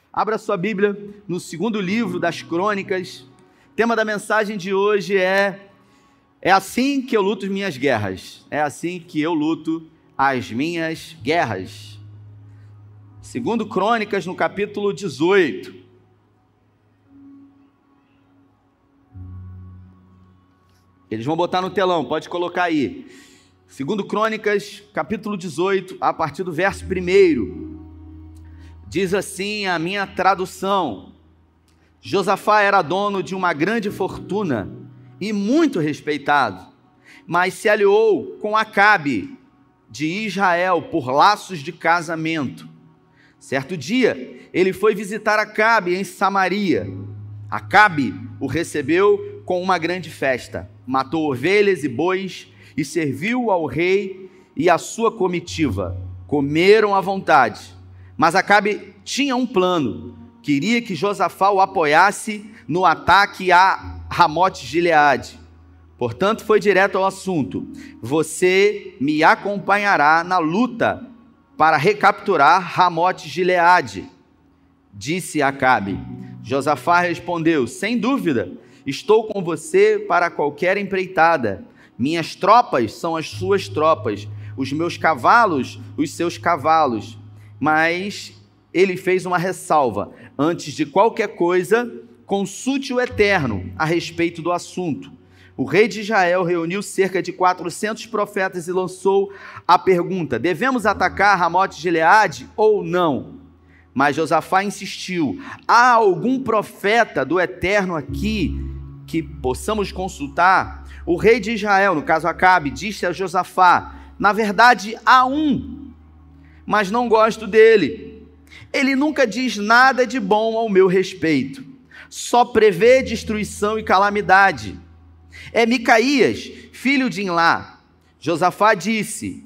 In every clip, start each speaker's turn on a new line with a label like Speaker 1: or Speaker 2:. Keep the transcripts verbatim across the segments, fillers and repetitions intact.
Speaker 1: Abra sua Bíblia no segundo livro das Crônicas. O tema da mensagem de hoje é É assim que eu luto as minhas guerras. É assim que eu luto as minhas guerras. Segundo Crônicas, no capítulo dezoito. Eles vão botar no telão, pode colocar aí. Segundo Crônicas, capítulo dezoito, a partir do verso primeiro. Diz assim a minha tradução: Josafá era dono de uma grande fortuna e muito respeitado, mas se aliou com Acabe de Israel por laços de casamento. Certo dia, ele foi visitar Acabe em Samaria. Acabe o recebeu com uma grande festa, matou ovelhas e bois e serviu ao rei e à sua comitiva. Comeram à vontade. Mas Acabe tinha um plano, queria que Josafá o apoiasse no ataque a Ramote-Gileade. Portanto, foi direto ao assunto: você me acompanhará na luta para recapturar Ramote-Gileade, disse Acabe. Josafá respondeu: sem dúvida, estou com você para qualquer empreitada. Minhas tropas são as suas tropas, os meus cavalos, os seus cavalos. Mas ele fez uma ressalva: antes de qualquer coisa, consulte o Eterno a respeito do assunto. O rei de Israel reuniu cerca de quatrocentos profetas e lançou a pergunta: devemos atacar Ramote-Gileade ou não? Mas Josafá insistiu: há algum profeta do Eterno aqui que possamos consultar? O rei de Israel, no caso Acabe, disse a Josafá: na verdade há um, mas não gosto dele. Ele nunca diz nada de bom ao meu respeito, só prevê destruição e calamidade. É Micaías, filho de Imlá. Josafá disse: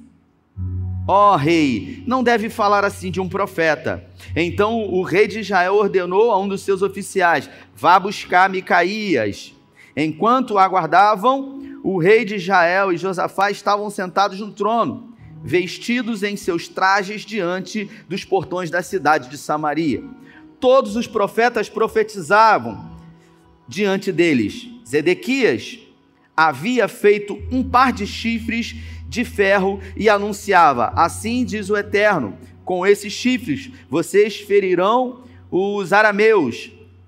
Speaker 1: ó oh, rei, não deve falar assim de um profeta. Então o rei de Israel ordenou a um dos seus oficiais: vá buscar Micaías. Enquanto aguardavam, o rei de Israel e Josafá estavam sentados no trono, vestidos em seus trajes diante dos portões da cidade de Samaria. Todos os profetas profetizavam diante deles. Zedequias havia feito um par de chifres de ferro e anunciava: assim diz o Eterno, com esses chifres vocês ferirão os arameus,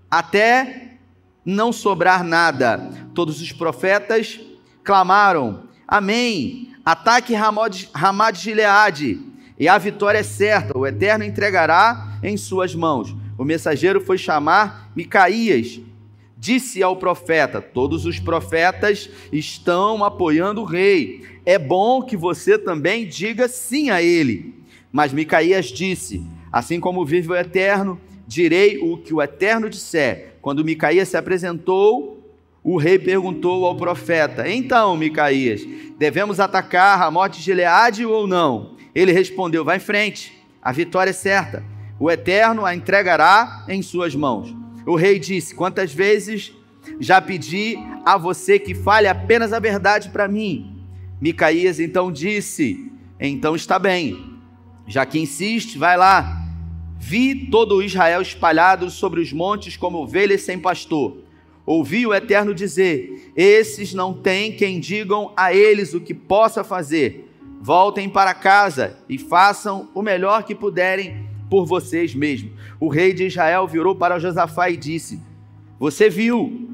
Speaker 1: até não sobrar nada. Todos os profetas clamaram: amém, ataque Ramote-Gileade, e a vitória é certa, o Eterno entregará em suas mãos. O mensageiro foi chamar Micaías, disse ao profeta: todos os profetas estão apoiando o rei, é bom que você também diga sim a ele. Mas Micaías disse: assim como vive o Eterno, direi o que o Eterno disser. Quando Micaías se apresentou, o rei perguntou ao profeta: então, Micaías, devemos atacar Ramote-Gileade ou não? Ele respondeu: vai em frente, a vitória é certa, o Eterno a entregará em suas mãos. O rei disse: quantas vezes já pedi a você que fale apenas a verdade para mim? Micaías então disse: então está bem, já que insiste, vai lá. Vi todo o Israel espalhado sobre os montes como ovelhas sem pastor. Ouvi o Eterno dizer: esses não têm quem digam a eles o que possa fazer. Voltem para casa e façam o melhor que puderem por vocês mesmos. O rei de Israel virou para Josafá e disse: você viu,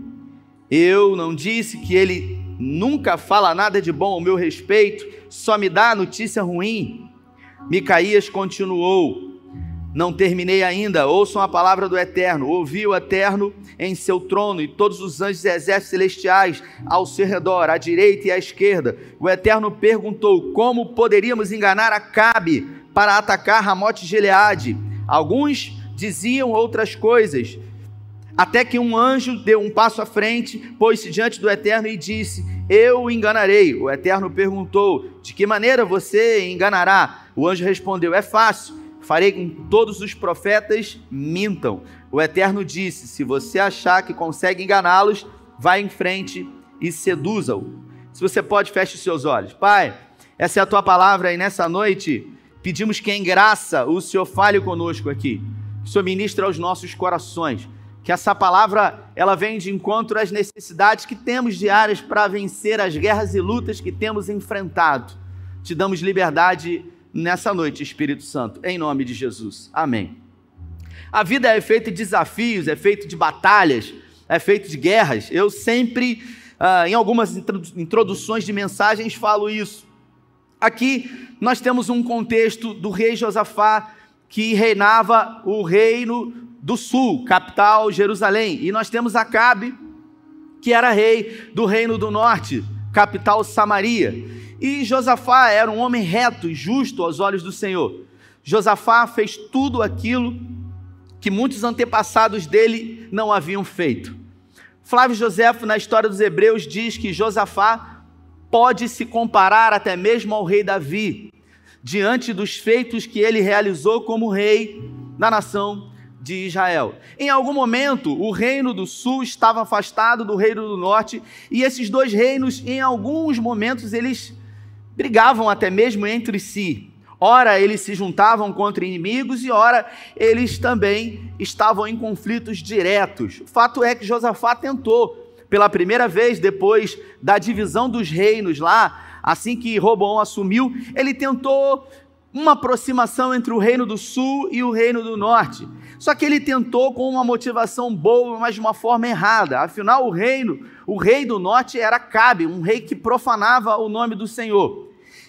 Speaker 1: eu não disse que ele nunca fala nada de bom ao meu respeito, só me dá notícia ruim? Micaías continuou: não terminei ainda, ouçam a palavra do Eterno. Ouvi o Eterno em seu trono e todos os anjos e exércitos celestiais ao seu redor, à direita e à esquerda. O Eterno perguntou: como poderíamos enganar Acabe para atacar Ramote-Gileade? Alguns diziam outras coisas, até que um anjo deu um passo à frente, pôs-se diante do Eterno e disse: eu o enganarei. O Eterno perguntou: de que maneira você enganará? O anjo respondeu: é fácil, farei com que todos os profetas mintam. O Eterno disse: se você achar que consegue enganá-los, vá em frente e seduza-o. Se você pode, feche os seus olhos. Pai, essa é a tua palavra e nessa noite pedimos que em graça o Senhor fale conosco aqui. que o Senhor ministre aos nossos corações, que essa palavra ela vem de encontro às necessidades que temos diárias para vencer as guerras e lutas que temos enfrentado. Te damos liberdade nessa noite, Espírito Santo, em nome de Jesus. Amém. A vida é feita de desafios, é feita de batalhas, é feita de guerras. Eu sempre, ah, em algumas introduções de mensagens, falo isso. Aqui nós temos um contexto do rei Josafá, que reinava o reino do sul, capital Jerusalém. E nós temos Acabe, que era rei do reino do norte, capital Samaria. E Josafá era um homem reto e justo aos olhos do Senhor. Josafá fez tudo aquilo que muitos antepassados dele não haviam feito. Flávio Joséfo, na história dos Hebreus, diz que Josafá pode se comparar até mesmo ao rei Davi, diante dos feitos que ele realizou como rei da nação de Israel. Em algum momento, o reino do sul estava afastado do reino do norte, e esses dois reinos, em alguns momentos, eles brigavam até mesmo entre si. Ora, eles se juntavam contra inimigos, e ora, eles também estavam em conflitos diretos. O fato é que Josafá tentou, pela primeira vez, depois da divisão dos reinos lá, assim que Roboão assumiu, ele tentou uma aproximação entre o reino do sul e o reino do norte. Só que ele tentou com uma motivação boa, mas de uma forma errada. Afinal, o reino, o rei do norte era Acabe, um rei que profanava o nome do Senhor.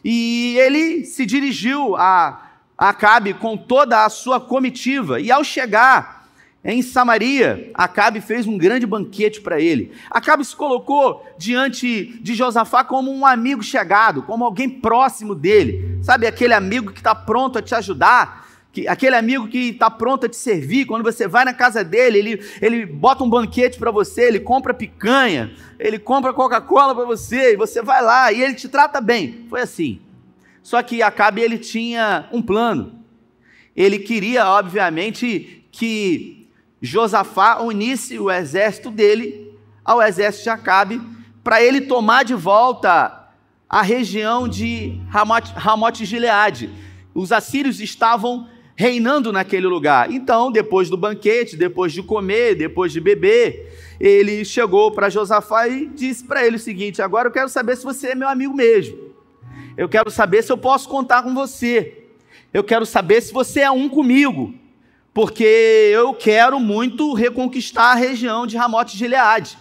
Speaker 1: E ele se dirigiu a Acabe com toda a sua comitiva. E ao chegar em Samaria, Acabe fez um grande banquete para ele. Acabe se colocou diante de Josafá como um amigo chegado, como alguém próximo dele. Sabe, aquele amigo que está pronto a te ajudar, que, aquele amigo que está pronto a te servir. Quando você vai na casa dele, ele, ele bota um banquete para você, ele compra picanha, ele compra Coca-Cola para você, e você vai lá e ele te trata bem. Foi assim. Só que Acabe, ele tinha um plano. Ele queria, obviamente, que Josafá unisse o exército dele ao exército de Acabe, para ele tomar de volta a região de Ramote-Gileade. Os assírios estavam reinando naquele lugar. Então, depois do banquete, depois de comer, depois de beber, ele chegou para Josafá e disse para ele o seguinte: agora eu quero saber se você é meu amigo mesmo. Eu quero saber se eu posso contar com você. Eu quero saber se você é um comigo, porque eu quero muito reconquistar a região de Ramote-Gileade.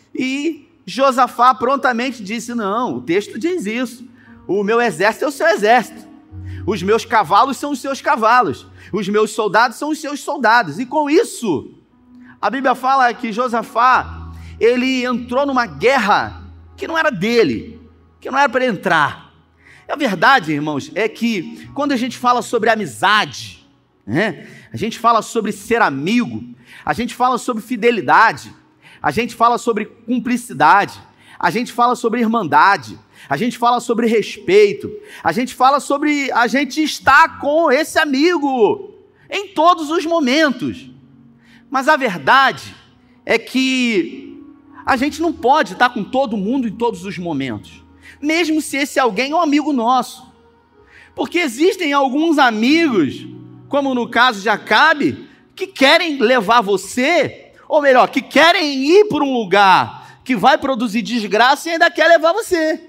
Speaker 1: E Josafá prontamente disse: não, o texto diz isso. O meu exército é o seu exército. Os meus cavalos são os seus cavalos. Os meus soldados são os seus soldados. E com isso, a Bíblia fala que Josafá, ele entrou numa guerra que não era dele, que não era para ele entrar. A verdade, irmãos, é que quando a gente fala sobre amizade, né, a gente fala sobre ser amigo, a gente fala sobre fidelidade, a gente fala sobre cumplicidade, a gente fala sobre irmandade, a gente fala sobre respeito, a gente fala sobre a gente estar com esse amigo em todos os momentos. Mas a verdade é que a gente não pode estar com todo mundo em todos os momentos, mesmo se esse alguém é um amigo nosso, porque existem alguns amigos, como no caso de Acabe, que querem levar você, ou melhor, que querem ir por um lugar que vai produzir desgraça e ainda quer levar você.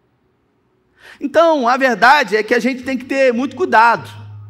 Speaker 1: Então, a verdade é que a gente tem que ter muito cuidado.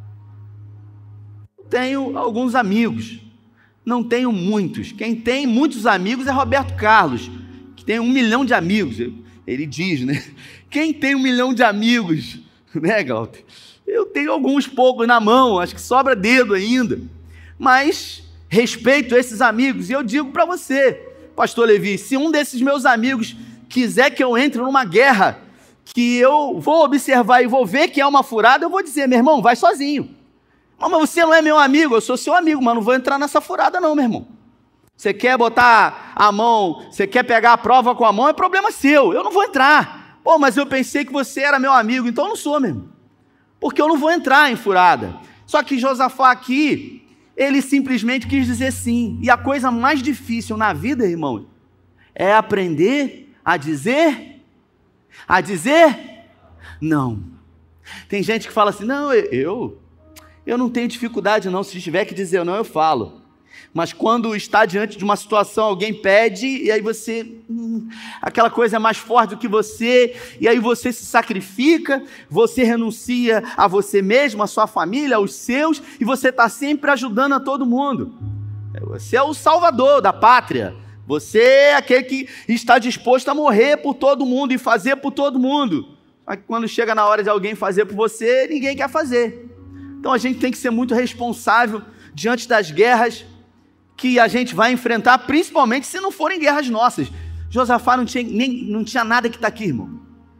Speaker 1: Tenho alguns amigos, não tenho muitos. Quem tem muitos amigos é Roberto Carlos, que tem um milhão de amigos. Ele diz, né? Quem tem um milhão de amigos, né, Galter? Eu tenho alguns poucos na mão, acho que sobra dedo ainda. Mas respeito esses amigos, e eu digo para você, pastor Levi, se um desses meus amigos quiser que eu entre numa guerra, que eu vou observar e vou ver que é uma furada, eu vou dizer: meu irmão, vai sozinho. Mas você não é meu amigo, eu sou seu amigo, mas não vou entrar nessa furada não, meu irmão. Você quer botar a mão, você quer pegar a prova com a mão, é problema seu, eu não vou entrar. Pô, mas eu pensei que você era meu amigo, então eu não sou mesmo, porque eu não vou entrar em furada. Só que Josafá aqui, ele simplesmente quis dizer sim. E a coisa mais difícil na vida, irmão, é aprender a dizer a dizer não. Tem gente que fala assim: não, eu Eu não tenho dificuldade não, se tiver que dizer não, eu falo. Mas quando está diante de uma situação, alguém pede, e aí você, hum, aquela coisa é mais forte do que você, e aí você se sacrifica, você renuncia a você mesmo, a sua família, aos seus, e você está sempre ajudando a todo mundo. Você é o salvador da pátria, você é aquele que está disposto a morrer por todo mundo e fazer por todo mundo. Só que quando chega na hora de alguém fazer por você, ninguém quer fazer. Então a gente tem que ser muito responsável diante das guerras que a gente vai enfrentar, principalmente se não forem guerras nossas. Josafá não tinha, nem, não tinha nada que está aqui, irmão.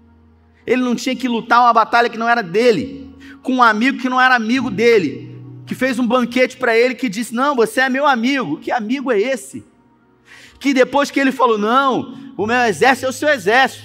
Speaker 1: Ele não tinha que lutar uma batalha que não era dele, com um amigo que não era amigo dele, que fez um banquete para ele, que disse, não, você é meu amigo. Que amigo é esse? Que depois que ele falou, não, o meu exército é o seu exército.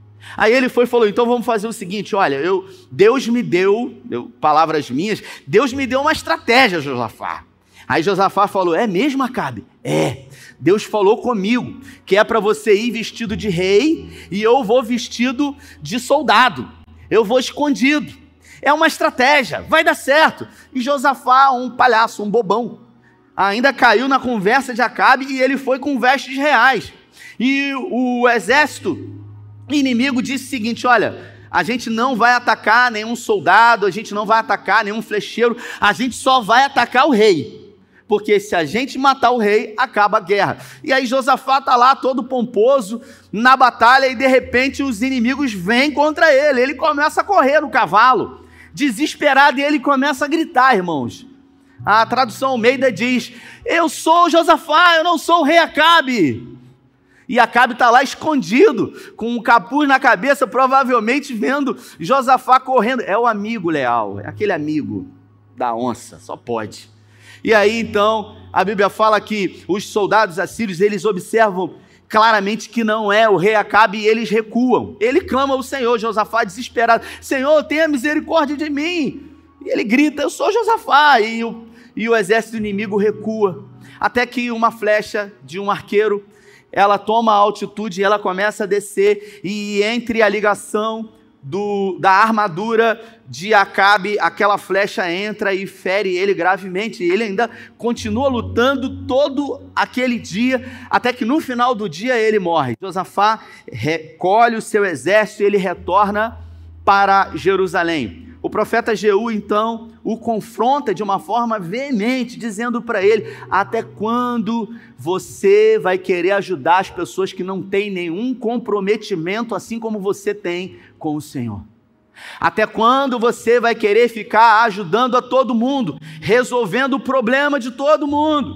Speaker 1: Aí ele foi e falou, então vamos fazer o seguinte, olha, eu, Deus me deu, deu, palavras minhas, Deus me deu uma estratégia, Josafá. Aí Josafá falou, é mesmo, Acabe? É, Deus falou comigo, que é para você ir vestido de rei, e eu vou vestido de soldado, eu vou escondido, é uma estratégia, vai dar certo. E Josafá, um palhaço, um bobão, ainda caiu na conversa de Acabe, e ele foi com vestes reais, e o exército inimigo disse o seguinte, olha, a gente não vai atacar nenhum soldado, a gente não vai atacar nenhum flecheiro, a gente só vai atacar o rei. Porque se a gente matar o rei, acaba a guerra. E aí Josafá está lá todo pomposo na batalha e de repente os inimigos vêm contra ele. Ele começa a correr no cavalo, desesperado, e ele começa a gritar, irmãos. A tradução Almeida diz, eu sou Josafá, eu não sou o rei Acabe. E Acabe está lá escondido, com um capuz na cabeça, provavelmente vendo Josafá correndo. É o amigo leal, é aquele amigo da onça, só pode. E aí então, a Bíblia fala que os soldados assírios, eles observam claramente que não é o rei Acabe e eles recuam. Ele clama ao Senhor, Josafá desesperado, Senhor, tenha misericórdia de mim. E ele grita, eu sou Josafá, e o, e o exército inimigo recua, até que uma flecha de um arqueiro, ela toma a altitude e ela começa a descer, e entre a ligação do, da armadura de Acabe, aquela flecha entra e fere ele gravemente, e ele ainda continua lutando todo aquele dia, até que no final do dia ele morre. Josafá recolhe o seu exército e ele retorna para Jerusalém. O profeta Jeú, então, o confronta de uma forma veemente, dizendo para ele, até quando você vai querer ajudar as pessoas que não têm nenhum comprometimento, assim como você tem com o Senhor? Até quando você vai querer ficar ajudando a todo mundo, resolvendo o problema de todo mundo?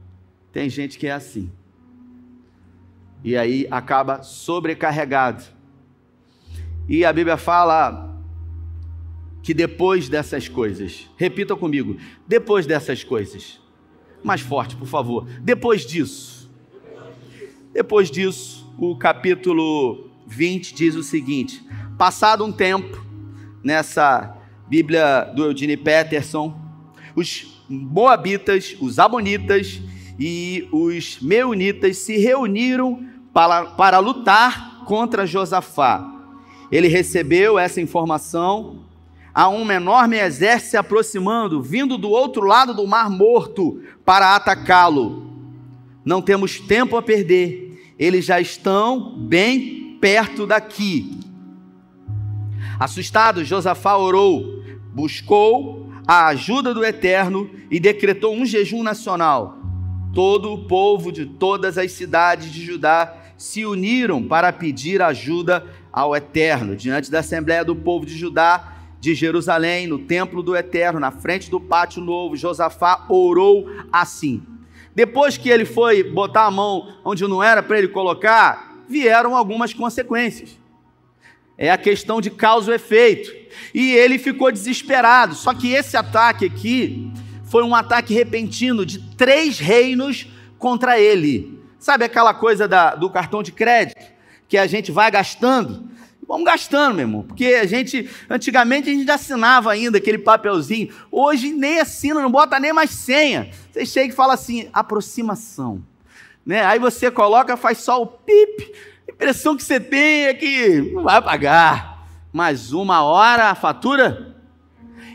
Speaker 1: Tem gente que é assim, e aí acaba sobrecarregado. E a Bíblia fala que depois dessas coisas, repita comigo, depois dessas coisas, mais forte, por favor, depois disso, depois disso, o capítulo vinte diz o seguinte, passado um tempo, nessa Bíblia do Eugene Peterson, os moabitas, os amonitas e os meunitas se reuniram para, para lutar contra Josafá. Ele recebeu essa informação, há um enorme exército se aproximando, vindo do outro lado do Mar Morto para atacá-lo. Não temos tempo a perder, eles já estão bem perto daqui. Assustado, Josafá orou, buscou a ajuda do Eterno e decretou um jejum nacional. Todo o povo de todas as cidades de Judá se uniram para pedir ajuda ao Eterno. Diante da Assembleia do povo de Judá, de Jerusalém, no templo do Eterno, na frente do pátio novo, Josafá orou assim. Depois que ele foi botar a mão onde não era para ele colocar, vieram algumas consequências. É a questão de causa e efeito. E ele ficou desesperado. Só que esse ataque aqui foi um ataque repentino de três reinos contra ele. Sabe aquela coisa da, do cartão de crédito? Que a gente vai gastando? Vamos gastando, meu irmão. Porque a gente, antigamente a gente assinava ainda aquele papelzinho. Hoje nem assina, não bota nem mais senha. Você chega e fala assim, aproximação. Né? Aí você coloca, faz só o pip. A impressão que você tem é que não vai pagar. Mas uma hora a fatura...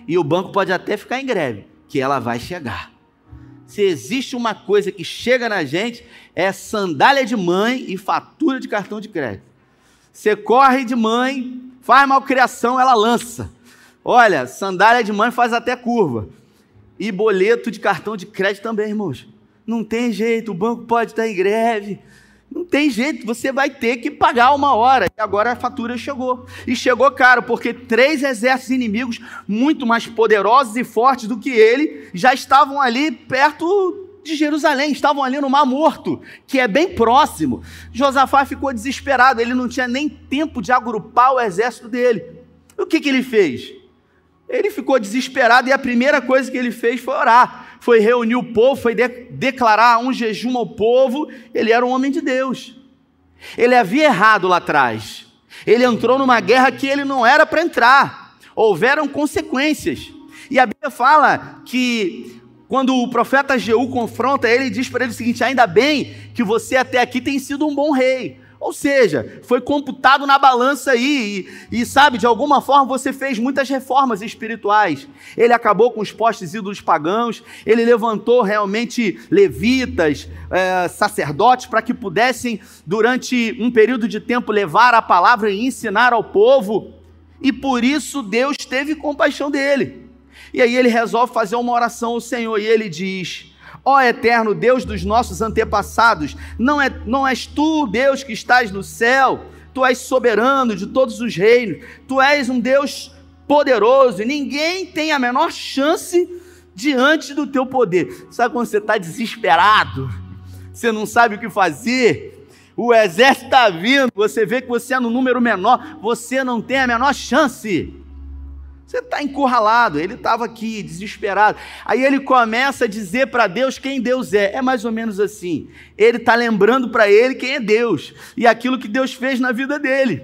Speaker 1: e o banco pode até ficar em greve, que ela vai chegar. Se existe uma coisa que chega na gente, é sandália de mãe e fatura de cartão de crédito. Você corre de mãe, faz malcriação, ela lança. Olha, sandália de mãe faz até curva. E boleto de cartão de crédito também, irmãos. Não tem jeito, o banco pode estar em greve. Não tem jeito, você vai ter que pagar uma hora. E agora a fatura chegou. E chegou caro, porque três exércitos inimigos, muito mais poderosos e fortes do que ele, já estavam ali perto de Jerusalém, estavam ali no Mar Morto, que é bem próximo. Josafá ficou desesperado, ele não tinha nem tempo de agrupar o exército dele. O que que ele fez? Ele ficou desesperado e a primeira coisa que ele fez foi orar. Foi reunir o povo, foi de- declarar um jejum ao povo. Ele era um homem de Deus. Ele havia errado lá atrás. Ele entrou numa guerra que ele não era para entrar. Houveram consequências. E a Bíblia fala que quando o profeta Jeú confronta ele, diz para ele o seguinte: ainda bem que você até aqui tem sido um bom rei. Ou seja, foi computado na balança aí, e, e sabe, de alguma forma você fez muitas reformas espirituais. Ele acabou com os postes ídolos pagãos, ele levantou realmente levitas, é, sacerdotes, para que pudessem, durante um período de tempo, levar a palavra e ensinar ao povo, e por isso Deus teve compaixão dele. E aí ele resolve fazer uma oração ao Senhor, e ele diz: ó eterno Deus dos nossos antepassados, não, é, não és tu, Deus, que estás no céu, tu és soberano de todos os reinos, tu és um Deus poderoso, e ninguém tem a menor chance diante do teu poder. Sabe quando você está desesperado, você não sabe o que fazer, o exército está vindo, você vê que você é no número menor, você não tem a menor chance. Você está encurralado, ele estava aqui, desesperado. Aí ele começa a dizer para Deus quem Deus é. É mais ou menos assim. Ele está lembrando para ele quem é Deus e aquilo que Deus fez na vida dele.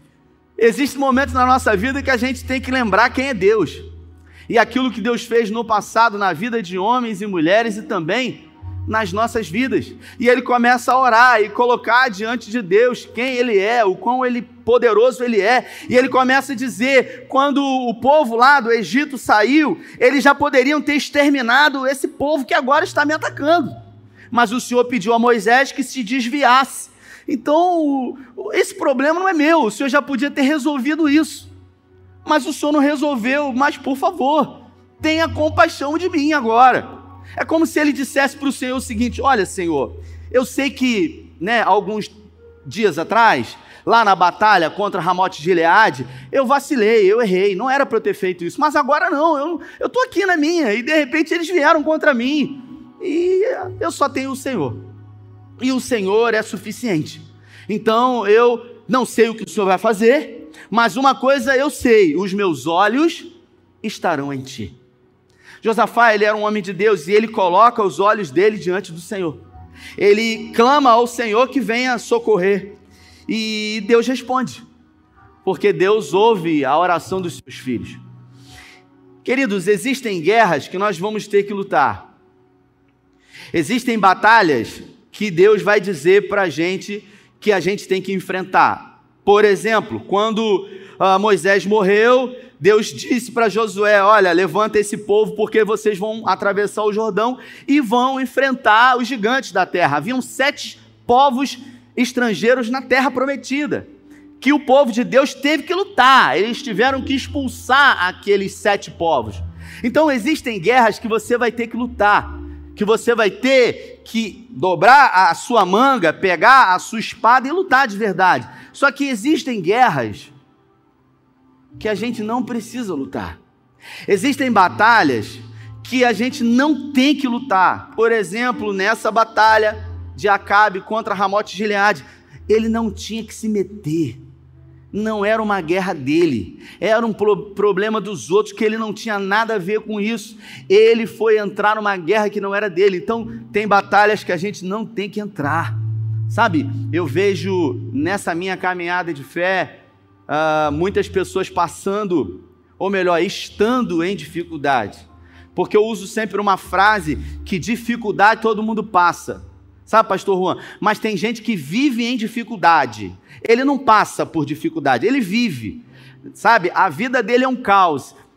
Speaker 1: Existem momentos na nossa vida que a gente tem que lembrar quem é Deus. E aquilo que Deus fez no passado na vida de homens e mulheres e também nas nossas vidas. E ele começa a orar e colocar diante de Deus quem ele é, o quão ele poderoso ele é. E ele começa a dizer, quando o povo lá do Egito saiu, eles já poderiam ter exterminado esse povo que agora está me atacando. Mas o Senhor pediu a Moisés que se desviasse. Então, esse problema não é meu, o Senhor já podia ter resolvido isso. Mas o Senhor não resolveu, mas por favor, tenha compaixão de mim agora. É como se ele dissesse para o Senhor o seguinte: olha, Senhor, eu sei que, né, alguns dias atrás, lá na batalha contra Ramote de Gileade, eu vacilei, eu errei, não era para eu ter feito isso, mas agora não, eu estou aqui na minha, e de repente eles vieram contra mim, e eu só tenho o Senhor, e o Senhor é suficiente. Então eu não sei o que o Senhor vai fazer, mas uma coisa eu sei: os meus olhos estarão em Ti. Josafá, ele era um homem de Deus e ele coloca os olhos dele diante do Senhor. Ele clama ao Senhor que venha socorrer e Deus responde, porque Deus ouve a oração dos seus filhos. Queridos, existem guerras que nós vamos ter que lutar. Existem batalhas que Deus vai dizer para a gente que a gente tem que enfrentar. Por exemplo, quando uh, Moisés morreu, Deus disse para Josué: olha, levanta esse povo porque vocês vão atravessar o Jordão e vão enfrentar os gigantes da terra. Haviam sete povos estrangeiros na terra prometida, que o povo de Deus teve que lutar. Eles tiveram que expulsar aqueles sete povos. Então existem guerras que você vai ter que lutar, que você vai ter que dobrar a sua manga, pegar a sua espada e lutar de verdade. Só que existem guerras que a gente não precisa lutar. Existem batalhas que a gente não tem que lutar. Por exemplo, nessa batalha de Acabe contra Ramote de Gileade, ele não tinha que se meter. Não era uma guerra dele, era um pro- problema dos outros, que ele não tinha nada a ver com isso. Ele foi entrar numa guerra que não era dele. Então tem batalhas que a gente não tem que entrar. Sabe, eu vejo nessa minha caminhada de fé Uh, muitas pessoas passando, ou melhor, estando em dificuldade, porque eu uso sempre uma frase que dificuldade todo mundo passa, sabe, pastor Juan? Mas tem gente que vive em dificuldade. Ele não passa por dificuldade, ele vive, sabe, a vida dele é um caos,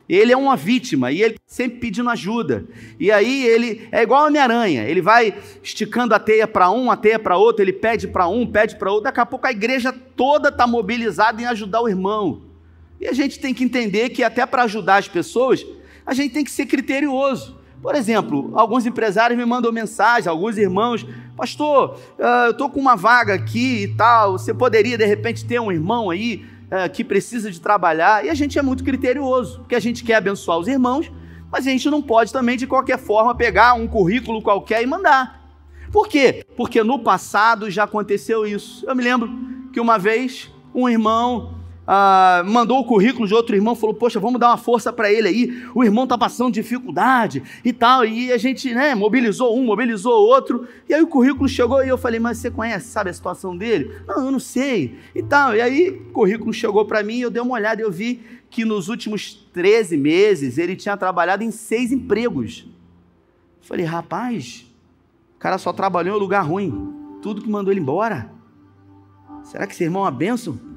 Speaker 1: Ele é uma vítima e ele sempre pedindo ajuda. E aí ele é igual a Homem-Aranha, ele vai esticando a teia para um, a teia para outro, ele pede para um, pede para outro, daqui a pouco a igreja toda está mobilizada em ajudar o irmão. E a gente tem que entender que até para ajudar as pessoas, a gente tem que ser criterioso. Por exemplo, alguns empresários me mandam mensagem, alguns irmãos, pastor, eu estou com uma vaga aqui e tal, você poderia de repente ter um irmão aí, É, que precisa de trabalhar, e a gente é muito criterioso, porque a gente quer abençoar os irmãos, mas a gente não pode também de qualquer forma pegar um currículo qualquer e mandar. Por quê? Porque no passado já aconteceu isso. Eu me lembro que uma vez um irmão ah, mandou o currículo de outro irmão, falou, poxa, vamos dar uma força para ele aí, o irmão está passando dificuldade e tal, e a gente né, mobilizou um, mobilizou o outro, e aí o currículo chegou e eu falei, mas você conhece, sabe a situação dele? Não, eu não sei, e tal, e aí o currículo chegou para mim, eu dei uma olhada e eu vi que nos últimos treze meses ele tinha trabalhado em seis empregos. Eu falei, rapaz, o cara só trabalhou em lugar ruim, tudo que mandou ele embora. Será que esse irmão é uma bênção?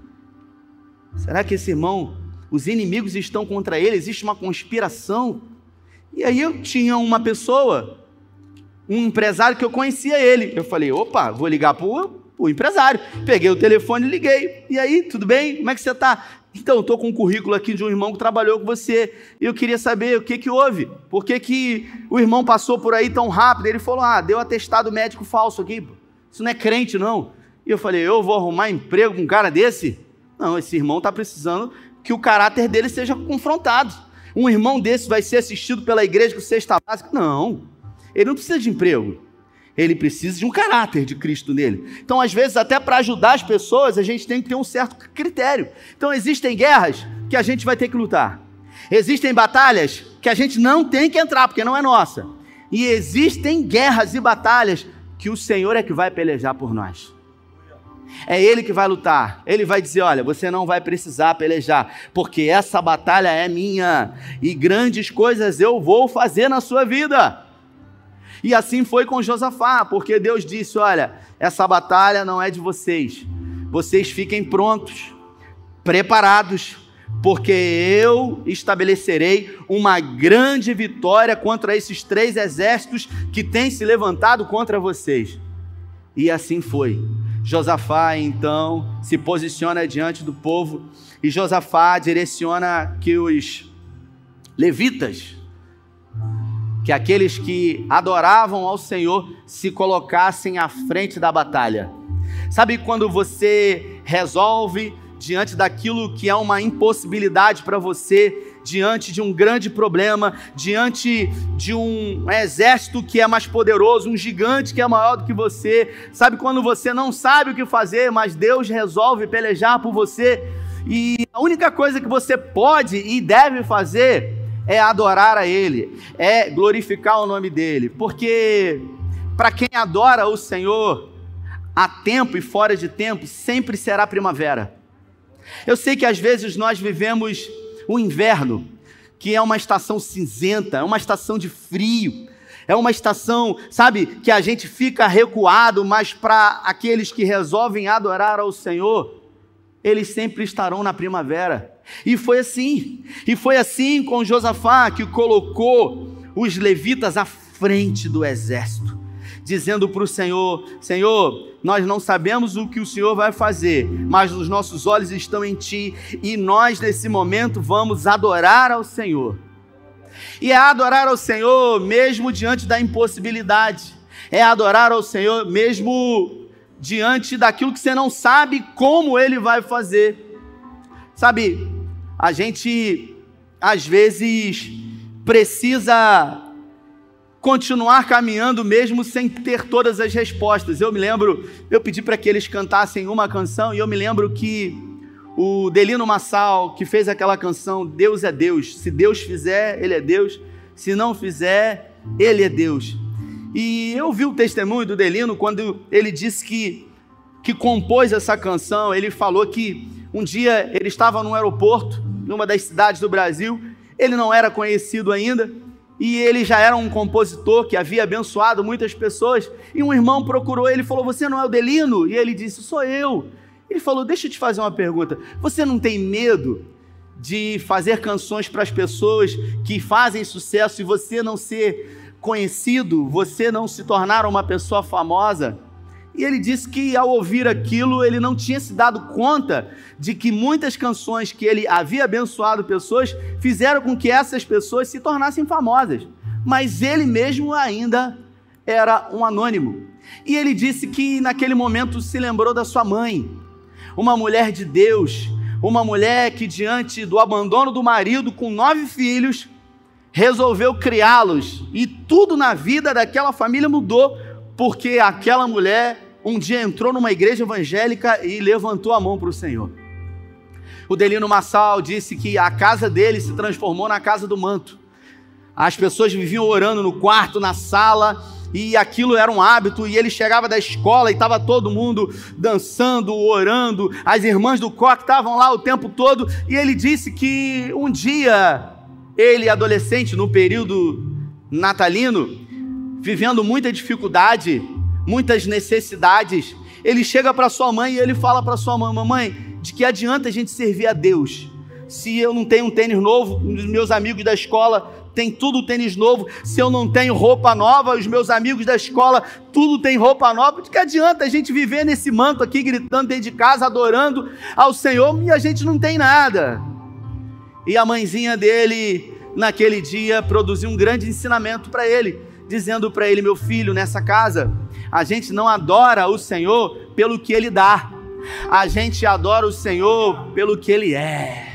Speaker 1: Será que esse irmão, os inimigos estão contra ele? Existe uma conspiração? E aí eu tinha uma pessoa, um empresário que eu conhecia ele. Eu falei, opa, vou ligar para o empresário. Peguei o telefone e liguei. E aí, tudo bem? Como é que você está? Então, estou com um currículo aqui de um irmão que trabalhou com você. E eu queria saber o que que houve. Por que que o irmão passou por aí tão rápido? Ele falou, ah, deu atestado médico falso aqui. Isso não é crente, não. E eu falei, eu vou arrumar emprego com um cara desse? Não, esse irmão está precisando que o caráter dele seja confrontado. Um irmão desse vai ser assistido pela igreja com cesta básica? Não, ele não precisa de emprego. Ele precisa de um caráter de Cristo nele. Então, às vezes, até para ajudar as pessoas, a gente tem que ter um certo critério. Então, existem guerras que a gente vai ter que lutar. Existem batalhas que a gente não tem que entrar, porque não é nossa. E existem guerras e batalhas que o Senhor é que vai pelejar por nós. É Ele que vai lutar. Ele vai dizer, olha, você não vai precisar pelejar, porque essa batalha é minha, e grandes coisas eu vou fazer na sua vida. E assim foi com Josafá, porque Deus disse, olha, essa batalha não é de vocês. Vocês fiquem prontos, preparados, porque eu estabelecerei uma grande vitória contra esses três exércitos que têm se levantado contra vocês. E assim foi. Josafá, então, se posiciona diante do povo, e Josafá direciona que os levitas, que aqueles que adoravam ao Senhor, se colocassem à frente da batalha. Sabe quando você resolve diante daquilo que é uma impossibilidade para você, diante de um grande problema, diante de um exército que é mais poderoso, um gigante que é maior do que você, sabe quando você não sabe o que fazer, mas Deus resolve pelejar por você, e a única coisa que você pode e deve fazer é adorar a Ele, é glorificar o nome dEle, porque para quem adora o Senhor, a tempo e fora de tempo, sempre será primavera. Eu sei que às vezes nós vivemos o inverno, que é uma estação cinzenta, é uma estação de frio, é uma estação, sabe, que a gente fica recuado, mas para aqueles que resolvem adorar ao Senhor, eles sempre estarão na primavera. E foi assim, e foi assim com Josafá, que colocou os levitas à frente do exército, dizendo para o Senhor, Senhor, nós não sabemos o que o Senhor vai fazer, mas os nossos olhos estão em Ti, e nós nesse momento vamos adorar ao Senhor. E é adorar ao Senhor mesmo diante da impossibilidade, é adorar ao Senhor mesmo diante daquilo que você não sabe como Ele vai fazer. Sabe, a gente às vezes precisa continuar caminhando mesmo sem ter todas as respostas. Eu me lembro, eu pedi para que eles cantassem uma canção, e eu me lembro que o Delino Massal, que fez aquela canção, Deus é Deus, se Deus fizer, Ele é Deus, se não fizer, Ele é Deus. E eu vi o testemunho do Delino quando ele disse que, que compôs essa canção. Ele falou que um dia ele estava num aeroporto, numa das cidades do Brasil, ele não era conhecido ainda, e ele já era um compositor que havia abençoado muitas pessoas, e um irmão procurou ele e falou, você não é o Delino? E ele disse, sou eu. Ele falou, deixa eu te fazer uma pergunta, você não tem medo de fazer canções para as pessoas que fazem sucesso e você não ser conhecido, você não se tornar uma pessoa famosa. E ele disse que ao ouvir aquilo, ele não tinha se dado conta de que muitas canções que ele havia abençoado pessoas fizeram com que essas pessoas se tornassem famosas. Mas ele mesmo ainda era um anônimo. E ele disse que naquele momento se lembrou da sua mãe, uma mulher de Deus, uma mulher que diante do abandono do marido com nove filhos, resolveu criá-los. E tudo na vida daquela família mudou, porque aquela mulher um dia entrou numa igreja evangélica e levantou a mão para o Senhor. O Delino Massal disse que a casa dele se transformou na casa do manto. As pessoas viviam orando no quarto, na sala, e aquilo era um hábito, e ele chegava da escola e estava todo mundo dançando, orando, as irmãs do coque estavam lá o tempo todo, e ele disse que um dia, ele adolescente, no período natalino, vivendo muita dificuldade, muitas necessidades, ele chega para sua mãe e ele fala para sua mãe: mamãe, de que adianta a gente servir a Deus, se eu não tenho um tênis novo, os meus amigos da escola têm tudo tênis novo, se eu não tenho roupa nova, os meus amigos da escola tudo tem roupa nova, de que adianta a gente viver nesse manto aqui, gritando dentro de casa, adorando ao Senhor, e a gente não tem nada. E a mãezinha dele, naquele dia, produziu um grande ensinamento para ele, dizendo para ele: meu filho, nessa casa, a gente não adora o Senhor pelo que Ele dá, a gente adora o Senhor pelo que Ele é.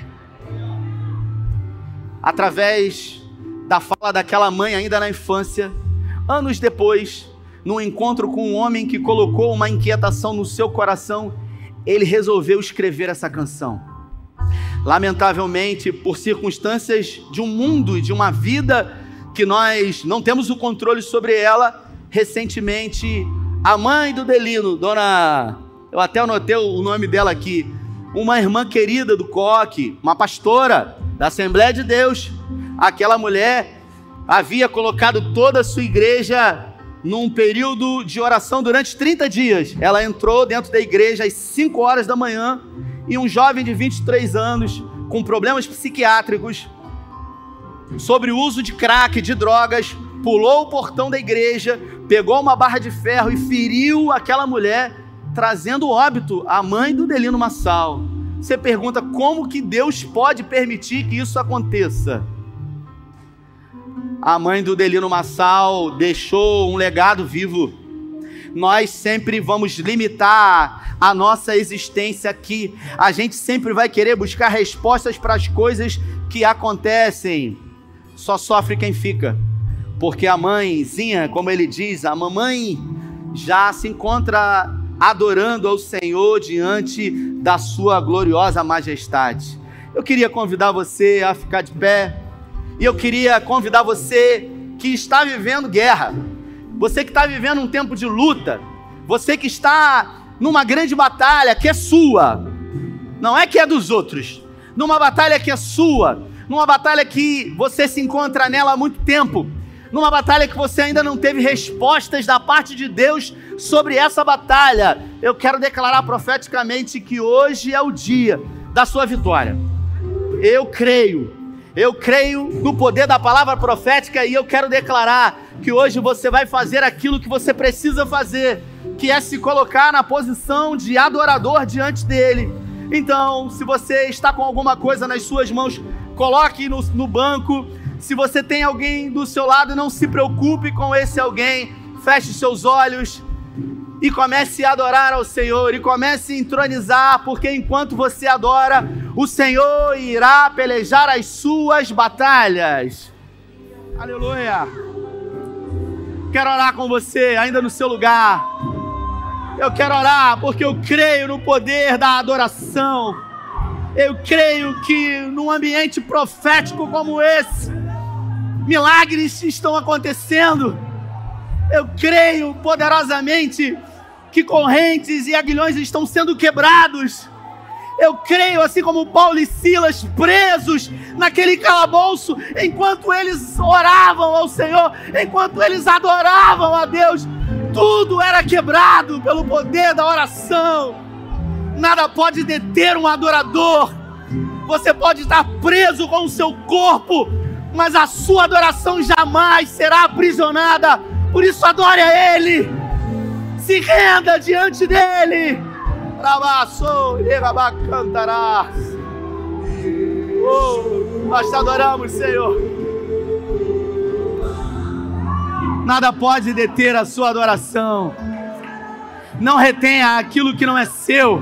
Speaker 1: Através da fala daquela mãe ainda na infância, anos depois, num encontro com um homem que colocou uma inquietação no seu coração, ele resolveu escrever essa canção. Lamentavelmente, por circunstâncias de um mundo e de uma vida que nós não temos o controle sobre ela, recentemente, a mãe do Delino, dona, eu até anotei o nome dela aqui, uma irmã querida do coque, uma pastora da Assembleia de Deus, aquela mulher havia colocado toda a sua igreja num período de oração durante trinta dias. Ela entrou dentro da igreja às cinco horas da manhã e um jovem de vinte e três anos, com problemas psiquiátricos, sobre o uso de crack, de drogas, pulou o portão da igreja, pegou uma barra de ferro e feriu aquela mulher, trazendo óbito à mãe do Delino Massal. Você pergunta: como que Deus pode permitir que isso aconteça? A mãe do Delino Massal deixou um legado vivo. Nós sempre vamos limitar a nossa existência aqui. A gente sempre vai querer buscar respostas para as coisas que acontecem. Só sofre quem fica, porque a mãezinha, como ele diz, a mamãe já se encontra adorando ao Senhor diante da sua gloriosa majestade. Eu queria convidar você a ficar de pé, e eu queria convidar você que está vivendo guerra, você que está vivendo um tempo de luta, você que está numa grande batalha que é sua, não é que é dos outros, numa batalha que é sua, numa batalha que você se encontra nela há muito tempo, numa batalha que você ainda não teve respostas da parte de Deus sobre essa batalha. Eu quero declarar profeticamente que hoje é o dia da sua vitória. Eu creio, eu creio no poder da palavra profética, e eu quero declarar que hoje você vai fazer aquilo que você precisa fazer, que é se colocar na posição de adorador diante dele. Então, se você está com alguma coisa nas suas mãos, coloque no, no banco. Se você tem alguém do seu lado, não se preocupe com esse alguém, feche seus olhos e comece a adorar ao Senhor, e comece a entronizar, porque enquanto você adora, o Senhor irá pelejar as suas batalhas. Aleluia! Quero orar com você, ainda no seu lugar. Eu quero orar porque eu creio no poder da adoração. Eu creio que num ambiente profético como esse, milagres estão acontecendo. Eu creio poderosamente que correntes e aguilhões estão sendo quebrados. Eu creio, assim como Paulo e Silas, presos naquele calabouço, enquanto eles oravam ao Senhor, enquanto eles adoravam a Deus, tudo era quebrado pelo poder da oração. Nada pode deter um adorador, Você pode estar preso com o seu corpo, mas a sua adoração jamais será aprisionada. Por isso adore a Ele, se renda diante dEle. Oh, nós te adoramos, Senhor. Nada pode deter a sua adoração. Não retenha aquilo que não é seu.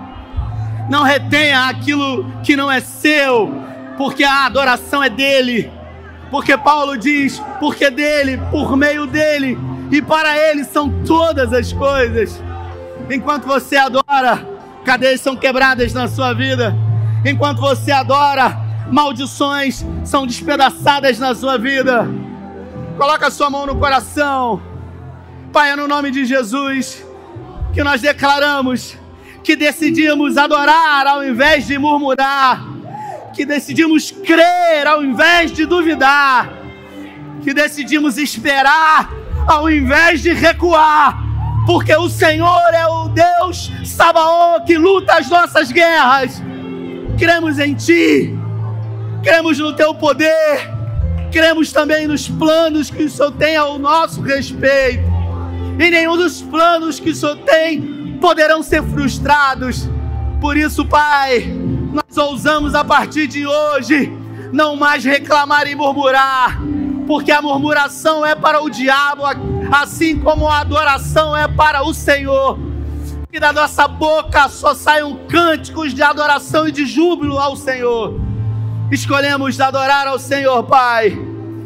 Speaker 1: Não retenha aquilo que não é seu, porque a adoração é dele. Porque Paulo diz, porque dele, por meio dele e para ele são todas as coisas. Enquanto você adora, cadeias são quebradas na sua vida. Enquanto você adora, maldições são despedaçadas na sua vida. Coloca a sua mão no coração. Pai, é no nome de Jesus que nós declaramos que decidimos adorar ao invés de murmurar, que decidimos crer ao invés de duvidar, que decidimos esperar ao invés de recuar, porque o Senhor é o Deus Sabaó que luta as nossas guerras. Cremos em Ti, cremos no Teu poder, cremos também nos planos que o Senhor tem ao nosso respeito, e nenhum dos planos que o Senhor tem poderão ser frustrados. Por isso, Pai, nós ousamos a partir de hoje não mais reclamar e murmurar, porque a murmuração é para o diabo, assim como a adoração é para o Senhor. Que da nossa boca só saiam cânticos de adoração e de júbilo ao Senhor. Escolhemos adorar ao Senhor, Pai.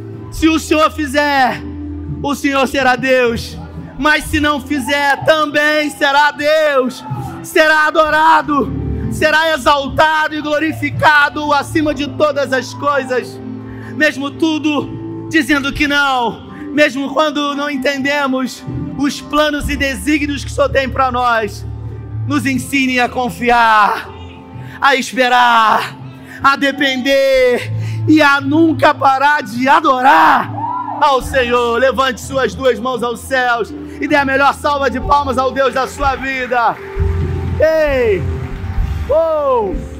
Speaker 1: Se o Senhor fizer, o Senhor será Deus. Mas se não fizer, também será Deus. Será adorado, será exaltado e glorificado acima de todas as coisas. Mesmo tudo dizendo que não, mesmo quando não entendemos os planos e desígnios que o Senhor tem para nós, nos ensine a confiar, a esperar, a depender e a nunca parar de adorar ao Senhor. Levante suas duas mãos aos céus e dê a melhor salva de palmas ao Deus da sua vida. Ei! Oh!